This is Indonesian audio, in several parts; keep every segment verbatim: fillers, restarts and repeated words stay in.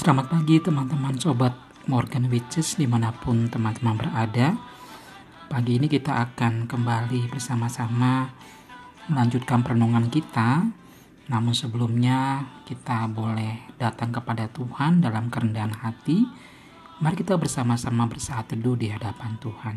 Selamat pagi teman-teman sobat Morgan Witches dimanapun teman-teman berada. Pagi ini kita akan kembali bersama-sama melanjutkan perenungan kita. Namun sebelumnya kita boleh datang kepada Tuhan dalam kerendahan hati. Mari kita bersama-sama bersaat teduh di hadapan Tuhan.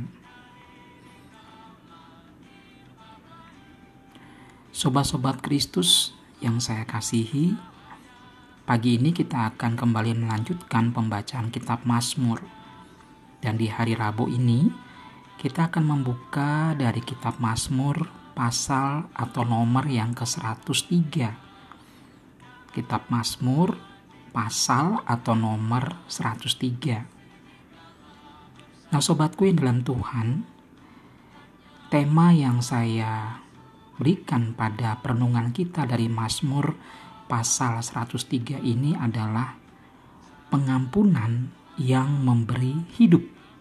Sobat-sobat Kristus yang saya kasihi, pagi ini kita akan kembali melanjutkan pembacaan kitab Mazmur. Dan di hari Rabu ini, kita akan membuka dari kitab Mazmur pasal atau nomor yang ke seratus tiga. Kitab Mazmur pasal atau nomor seratus tiga. Nah sobatku yang dalam Tuhan, tema yang saya berikan pada perenungan kita dari Mazmur pasal seratus tiga ini adalah pengampunan yang memberi hidup.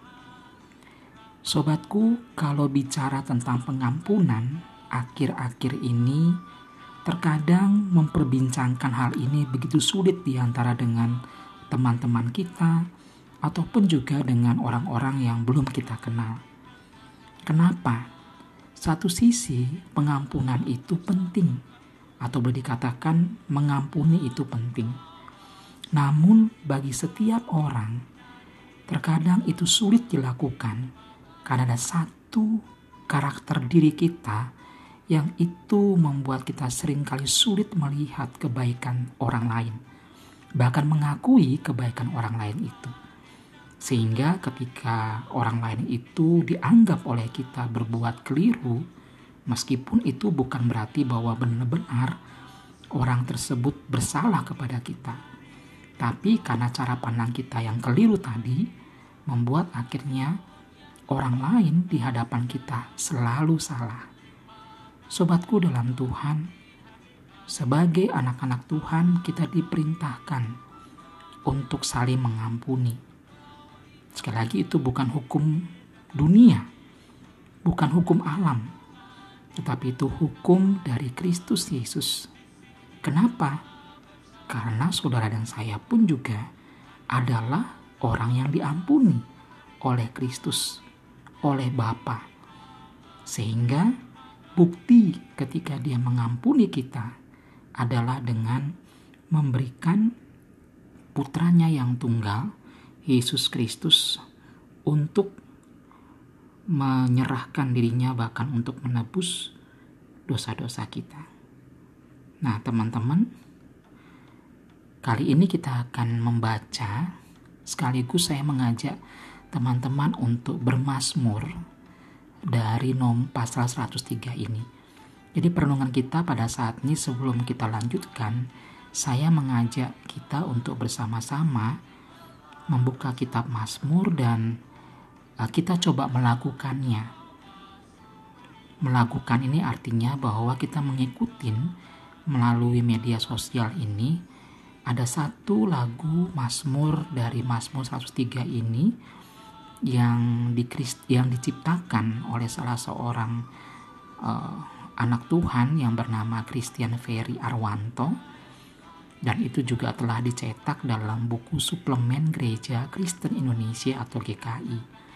Sobatku, kalau bicara tentang pengampunan, akhir-akhir ini terkadang memperbincangkan hal ini begitu sulit di antara dengan teman-teman kita ataupun juga dengan orang-orang yang belum kita kenal. Kenapa? Satu sisi pengampunan itu penting, atau boleh dikatakan mengampuni itu penting. Namun bagi setiap orang, terkadang itu sulit dilakukan karena ada satu karakter diri kita yang itu membuat kita seringkali sulit melihat kebaikan orang lain, bahkan mengakui kebaikan orang lain itu. Sehingga ketika orang lain itu dianggap oleh kita berbuat keliru, meskipun itu bukan berarti bahwa benar-benar orang tersebut bersalah kepada kita. Tapi karena cara pandang kita yang keliru tadi, membuat akhirnya orang lain di hadapan kita selalu salah. Sobatku dalam Tuhan, sebagai anak-anak Tuhan kita diperintahkan untuk saling mengampuni. Sekali lagi itu bukan hukum dunia, bukan hukum alam, tetapi itu hukum dari Kristus Yesus. Kenapa? Karena saudara dan saya pun juga adalah orang yang diampuni oleh Kristus, oleh Bapa. Sehingga bukti ketika Dia mengampuni kita adalah dengan memberikan putranya yang tunggal, Yesus Kristus, untuk menyerahkan dirinya bahkan untuk menebus dosa-dosa kita. Nah teman-teman, kali ini kita akan membaca, sekaligus saya mengajak teman-teman untuk bermazmur dari nom pasal seratus tiga ini. Jadi perenungan kita pada saat ini sebelum kita lanjutkan, saya mengajak kita untuk bersama-sama membuka kitab Mazmur dan uh, kita coba melakukannya. Melakukan ini artinya bahwa kita mengikuti melalui media sosial ini. Ada satu lagu Mazmur dari Mazmur seratus tiga ini yang, di, yang diciptakan oleh salah seorang uh, anak Tuhan yang bernama Christian Ferry Arwanto. Dan itu juga telah dicetak dalam buku suplemen Gereja Kristen Indonesia atau G K I.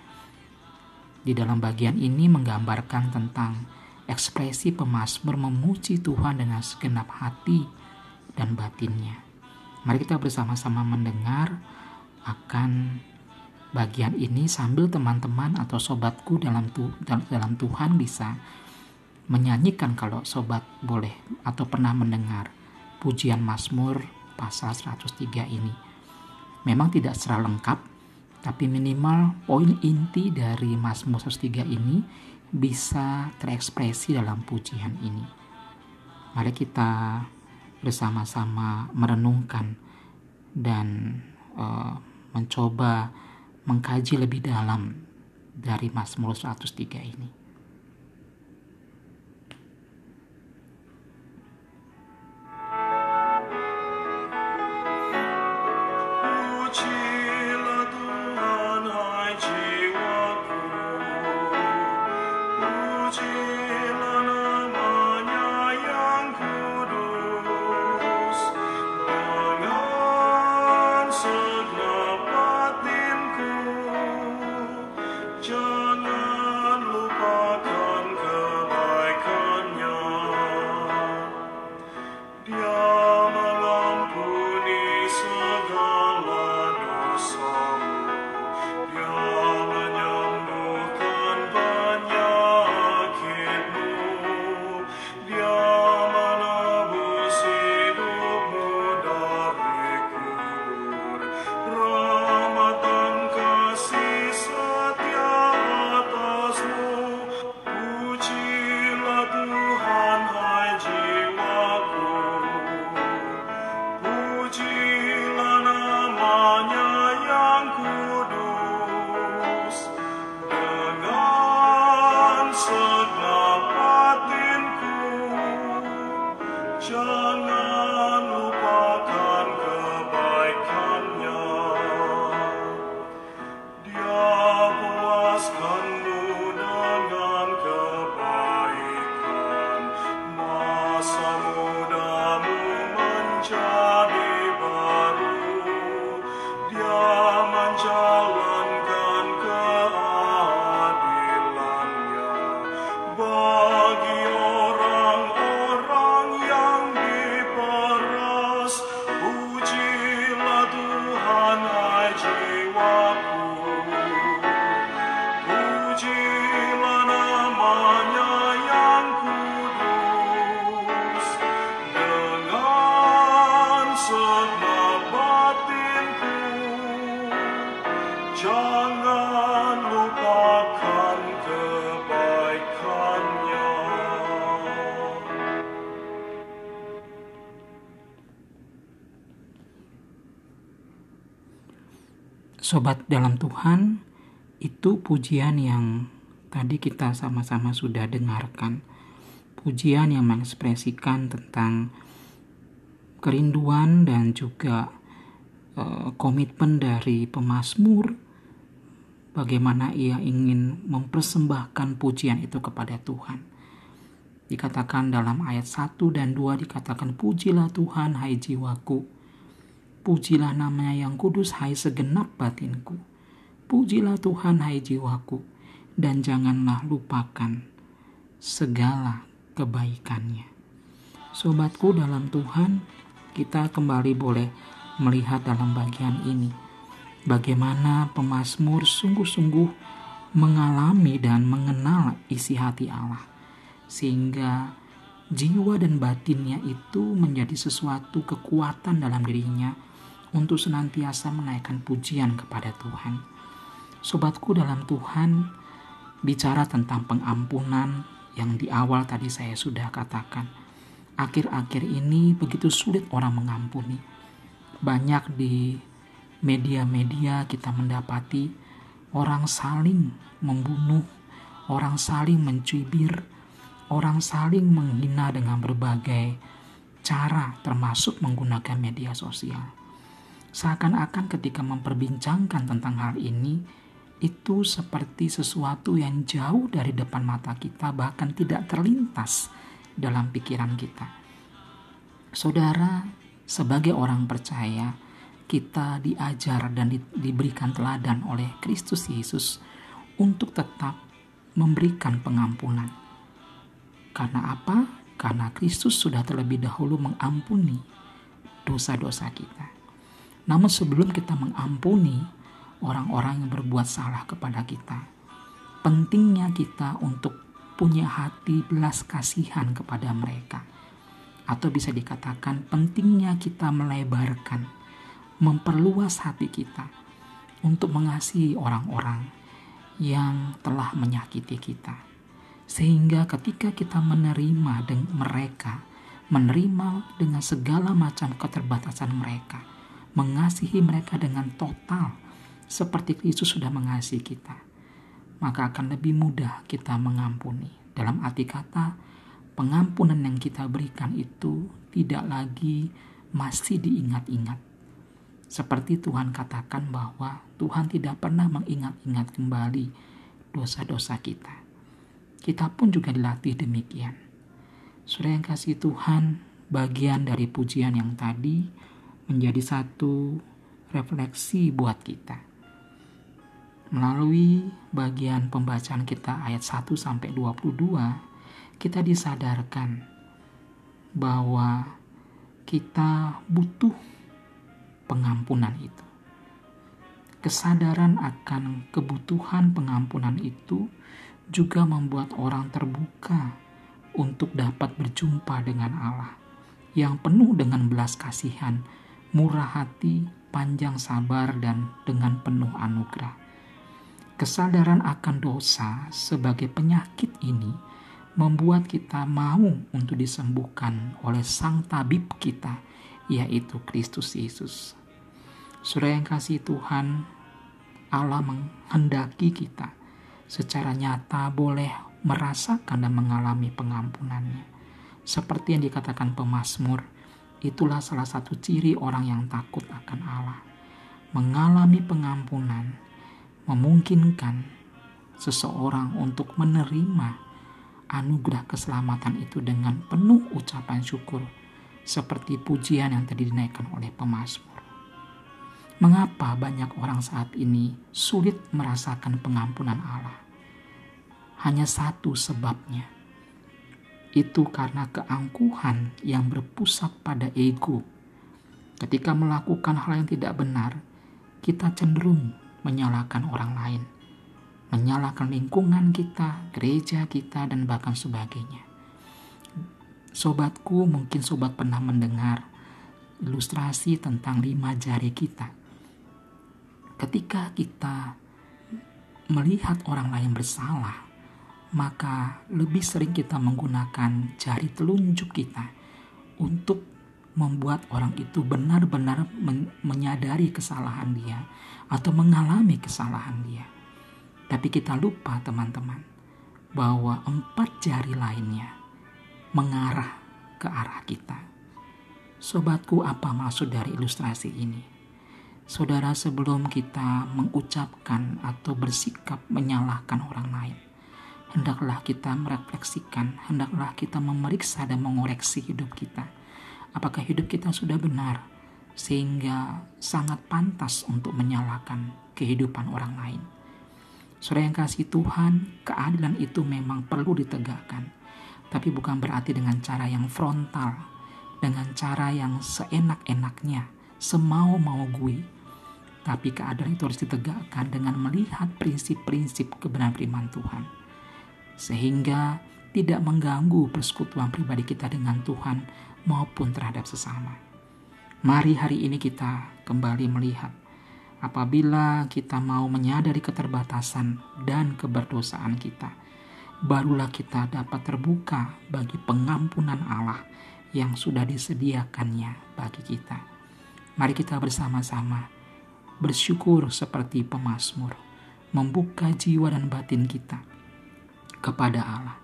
Di dalam bagian ini menggambarkan tentang ekspresi pemazmur memuji Tuhan dengan segenap hati dan batinnya. Mari kita bersama-sama mendengar akan bagian ini sambil teman-teman atau sobatku dalam, tu, dalam Tuhan bisa menyanyikan kalau sobat boleh atau pernah mendengar pujian Mazmur pasal seratus tiga ini. Memang tidak secara lengkap, tapi minimal poin inti dari Mazmur seratus tiga ini bisa terekspresi dalam pujian ini. Mari kita bersama-sama merenungkan dan uh, mencoba mengkaji lebih dalam dari Mazmur seratus tiga ini. So segenap batinku. Jangan lupakan kebaikannya. Dia mengampuni segala dosamu. Dia menyembuhkan penyakitmu. Dia menebus hidupmu dari kubur. Rahmat dan kasih setia atasmu. Pujilah Tuhan, hai jiwaku. Pujilah namanya yang kudus. Dengan segenap batinku, jangan lupakan kebaikannya. Dia puaskanmu dengan kebaikan. Masa mudamu menjadi baru. Dia menjalankan keadilannya bagi orang-orang yang diperas. Pujilah Tuhan, hai jiwaku. Pujilah namanya yang kudus. Dengan segenap batinku, jangan lupakan kebaikannya. Sobat dalam Tuhan, itu pujian yang tadi kita sama-sama sudah dengarkan. Pujian yang mengekspresikan tentang kerinduan dan juga uh, komitmen dari pemazmur, bagaimana ia ingin mempersembahkan pujian itu kepada Tuhan. Dikatakan dalam ayat satu dan dua, dikatakan, pujilah Tuhan, hai jiwaku. Pujilah namanya yang kudus, hai segenap batinku. Pujilah Tuhan, hai jiwaku, dan janganlah lupakan segala kebaikannya. Sobatku dalam Tuhan, kita kembali boleh melihat dalam bagian ini bagaimana pemazmur sungguh-sungguh mengalami dan mengenal isi hati Allah, sehingga jiwa dan batinnya itu menjadi sesuatu kekuatan dalam dirinya untuk senantiasa menaikkan pujian kepada Tuhan. Sobatku dalam Tuhan, bicara tentang pengampunan yang di awal tadi saya sudah katakan, akhir-akhir ini begitu sulit orang mengampuni. Banyak di media-media kita mendapati orang saling membunuh, orang saling mencibir, orang saling menghina dengan berbagai cara, termasuk menggunakan media sosial. Seakan-akan ketika memperbincangkan tentang hal ini, itu seperti sesuatu yang jauh dari depan mata kita, bahkan tidak terlintas dalam pikiran kita. Saudara, sebagai orang percaya, kita diajar dan di, diberikan teladan oleh Kristus Yesus untuk tetap memberikan pengampunan. Karena apa? Karena Kristus sudah terlebih dahulu mengampuni dosa-dosa kita. Namun sebelum kita mengampuni orang-orang yang berbuat salah kepada kita, pentingnya kita untuk punya hati belas kasihan kepada mereka. Atau bisa dikatakan pentingnya kita melebarkan, memperluas hati kita untuk mengasihi orang-orang yang telah menyakiti kita. Sehingga ketika kita menerima dengan mereka, menerima dengan segala macam keterbatasan mereka, mengasihi mereka dengan total seperti Kristus sudah mengasihi kita, maka akan lebih mudah kita mengampuni. Dalam arti kata, pengampunan yang kita berikan itu tidak lagi masih diingat-ingat. Seperti Tuhan katakan bahwa Tuhan tidak pernah mengingat-ingat kembali dosa-dosa kita. Kita pun juga dilatih demikian. Saudara yang kasih Tuhan, bagian dari pujian yang tadi menjadi satu refleksi buat kita. Melalui bagian pembacaan kita ayat satu sampai dua puluh dua, kita disadarkan bahwa kita butuh pengampunan itu. Kesadaran akan kebutuhan pengampunan itu juga membuat orang terbuka untuk dapat berjumpa dengan Allah yang penuh dengan belas kasihan, murah hati, panjang sabar, dan dengan penuh anugerah. Kesadaran akan dosa sebagai penyakit ini membuat kita mau untuk disembuhkan oleh Sang Tabib kita, yaitu Kristus Yesus. Saudara yang kasih Tuhan, Allah menghendaki kita secara nyata boleh merasakan dan mengalami pengampunannya. Seperti yang dikatakan pemazmur, itulah salah satu ciri orang yang takut akan Allah. Mengalami pengampunan memungkinkan seseorang untuk menerima anugerah keselamatan itu dengan penuh ucapan syukur, seperti pujian yang tadi dinaikkan oleh pemazmur. Mengapa banyak orang saat ini sulit merasakan pengampunan Allah? Hanya satu sebabnya, itu karena keangkuhan yang berpusat pada ego. Ketika melakukan hal yang tidak benar, kita cenderung menyalahkan orang lain, menyalahkan lingkungan kita, gereja kita, dan bahkan sebagainya. Sobatku, mungkin sobat pernah mendengar ilustrasi tentang lima jari kita. Ketika kita melihat orang lain bersalah, maka lebih sering kita menggunakan jari telunjuk kita untuk membuat orang itu benar-benar men- menyadari kesalahan dia atau mengalami kesalahan dia. Tapi kita lupa, teman-teman, bahwa empat jari lainnya mengarah ke arah kita. Sobatku, apa maksud dari ilustrasi ini? Saudara, sebelum kita mengucapkan atau bersikap menyalahkan orang lain, hendaklah kita merefleksikan, hendaklah kita memeriksa dan mengoreksi hidup kita. Apakah hidup kita sudah benar sehingga sangat pantas untuk menyalahkan kehidupan orang lain? Saudara yang kasih Tuhan, keadilan itu memang perlu ditegakkan, tapi bukan berarti dengan cara yang frontal, dengan cara yang seenak-enaknya, semau-mau gue. Tapi keadilan itu harus ditegakkan dengan melihat prinsip-prinsip kebenaran firman Tuhan, sehingga tidak mengganggu persekutuan pribadi kita dengan Tuhan maupun terhadap sesama. Mari hari ini kita kembali melihat, apabila kita mau menyadari keterbatasan dan keberdosaan kita, barulah kita dapat terbuka bagi pengampunan Allah yang sudah disediakannya bagi kita. Mari kita bersama-sama bersyukur seperti pemazmur, membuka jiwa dan batin kita kepada Allah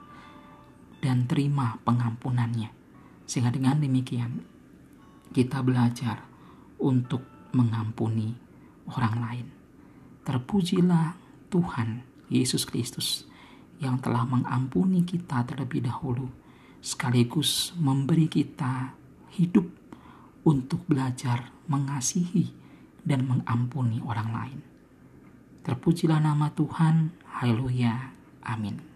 dan terima pengampunannya. Sehingga dengan demikian kita belajar untuk mengampuni orang lain. Terpujilah Tuhan Yesus Kristus yang telah mengampuni kita terlebih dahulu, sekaligus memberi kita hidup untuk belajar mengasihi dan mengampuni orang lain. Terpujilah nama Tuhan. Haleluya. Amin.